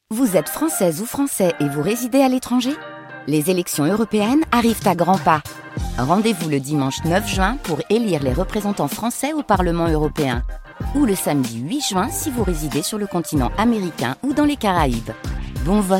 Vous êtes française ou français et vous résidez à l'étranger ? Les élections européennes arrivent à grands pas. Rendez-vous le dimanche 9 juin pour élire les représentants français au Parlement européen. Ou le samedi 8 juin si vous résidez sur le continent américain ou dans les Caraïbes. Bon vote!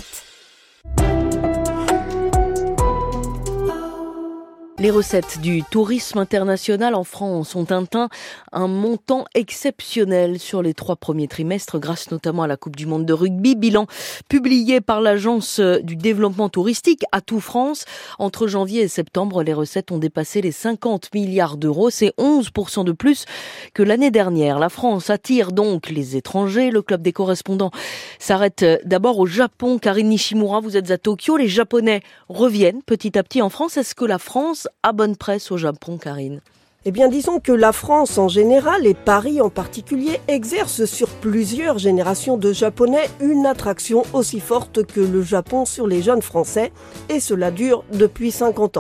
Les recettes du tourisme international en France ont atteint un montant exceptionnel sur les 3 premiers trimestres grâce notamment à la Coupe du Monde de rugby. Bilan publié par l'Agence du développement touristique Atout France. Entre janvier et septembre, les recettes ont dépassé les 50 milliards d'euros. C'est 11% de plus que l'année dernière. La France attire donc les étrangers. Le club des correspondants s'arrête d'abord au Japon. Karine Nishimura, vous êtes à Tokyo. Les Japonais reviennent petit à petit en France. Est-ce que la France a bonne presse au Japon, Karine ? Eh bien, disons que la France en général et Paris en particulier exercent sur plusieurs générations de Japonais une attraction aussi forte que le Japon sur les jeunes Français, et cela dure depuis 50 ans.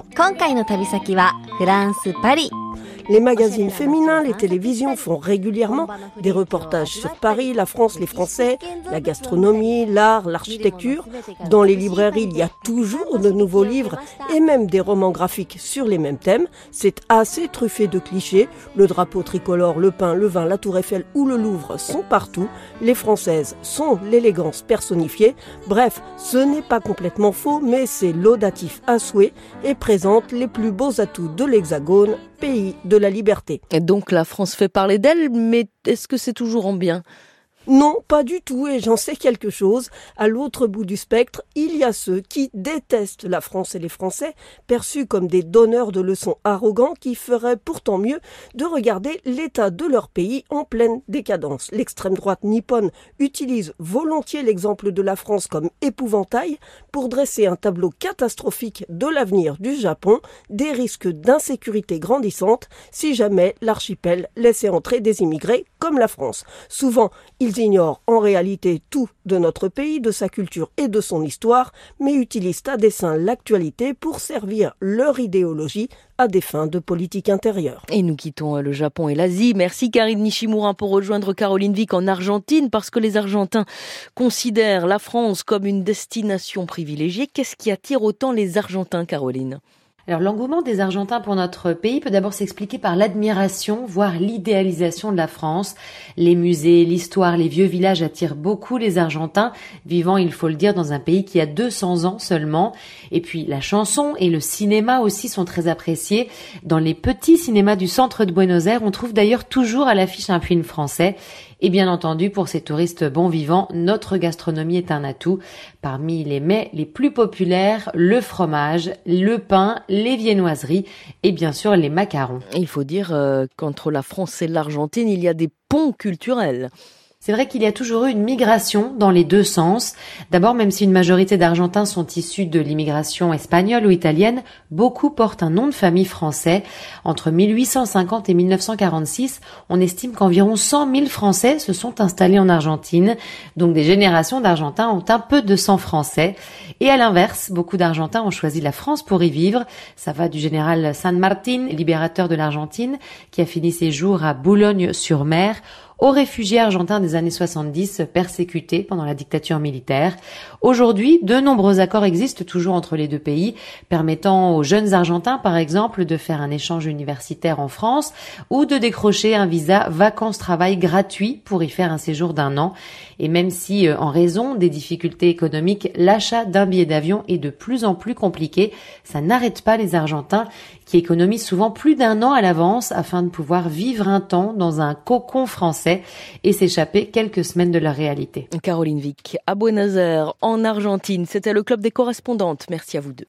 Les magazines féminins, les télévisions font régulièrement des reportages sur Paris, la France, les Français, la gastronomie, l'art, l'architecture. Dans les librairies, il y a toujours de nouveaux livres et même des romans graphiques sur les mêmes thèmes. C'est assez truffé de clichés. Le drapeau tricolore, le pain, le vin, la tour Eiffel ou le Louvre sont partout. Les Françaises sont l'élégance personnifiée. Bref, ce n'est pas complètement faux, mais c'est laudatif à souhait et présente les plus beaux atouts de l'Hexagone, pays de la liberté. Et donc la France fait parler d'elle, mais est-ce que c'est toujours en bien ? Non, pas du tout, et j'en sais quelque chose. À l'autre bout du spectre, il y a ceux qui détestent la France et les Français, perçus comme des donneurs de leçons arrogants qui feraient pourtant mieux de regarder l'état de leur pays en pleine décadence. L'extrême droite nippone utilise volontiers l'exemple de la France comme épouvantail pour dresser un tableau catastrophique de l'avenir du Japon, des risques d'insécurité grandissantes si jamais l'archipel laissait entrer des immigrés comme la France. Souvent, ils ignorent en réalité tout de notre pays, de sa culture et de son histoire, mais utilisent à dessein l'actualité pour servir leur idéologie à des fins de politique intérieure. Et nous quittons le Japon et l'Asie. Merci Karine Nishimura pour rejoindre Caroline Vic en Argentine, parce que les Argentins considèrent la France comme une destination privilégiée. Qu'est-ce qui attire autant les Argentins, Caroline ? Alors l'engouement des Argentins pour notre pays peut d'abord s'expliquer par l'admiration, voire l'idéalisation de la France. Les musées, l'histoire, les vieux villages attirent beaucoup les Argentins, vivant, il faut le dire, dans un pays qui a 200 ans seulement. Et puis la chanson et le cinéma aussi sont très appréciés. Dans les petits cinémas du centre de Buenos Aires, on trouve d'ailleurs toujours à l'affiche un film français. Et bien entendu, pour ces touristes bons vivants, notre gastronomie est un atout. Parmi les mets les plus populaires, le fromage, le pain, les viennoiseries et bien sûr les macarons. Il faut dire qu'entre la France et l'Argentine, il y a des ponts culturels. C'est vrai qu'il y a toujours eu une migration dans les deux sens. D'abord, même si une majorité d'Argentins sont issus de l'immigration espagnole ou italienne, beaucoup portent un nom de famille français. Entre 1850 et 1946, on estime qu'environ 100 000 Français se sont installés en Argentine. Donc des générations d'Argentins ont un peu de sang français. Et à l'inverse, beaucoup d'Argentins ont choisi la France pour y vivre. Ça va du général San Martín, libérateur de l'Argentine, qui a fini ses jours à Boulogne-sur-Mer, aux réfugiés argentins des années 70 persécutés pendant la dictature militaire. Aujourd'hui, de nombreux accords existent toujours entre les deux pays, permettant aux jeunes Argentins, par exemple, de faire un échange universitaire en France ou de décrocher un visa vacances-travail gratuit pour y faire un séjour d'1 an. Et même si, en raison des difficultés économiques, l'achat d'un billet d'avion est de plus en plus compliqué, ça n'arrête pas les Argentins qui économisent souvent plus d'1 an à l'avance afin de pouvoir vivre un temps dans un cocon français et s'échapper quelques semaines de leur réalité. Caroline Vic, à Buenos Aires, en Argentine. C'était le club des correspondantes. Merci à vous deux.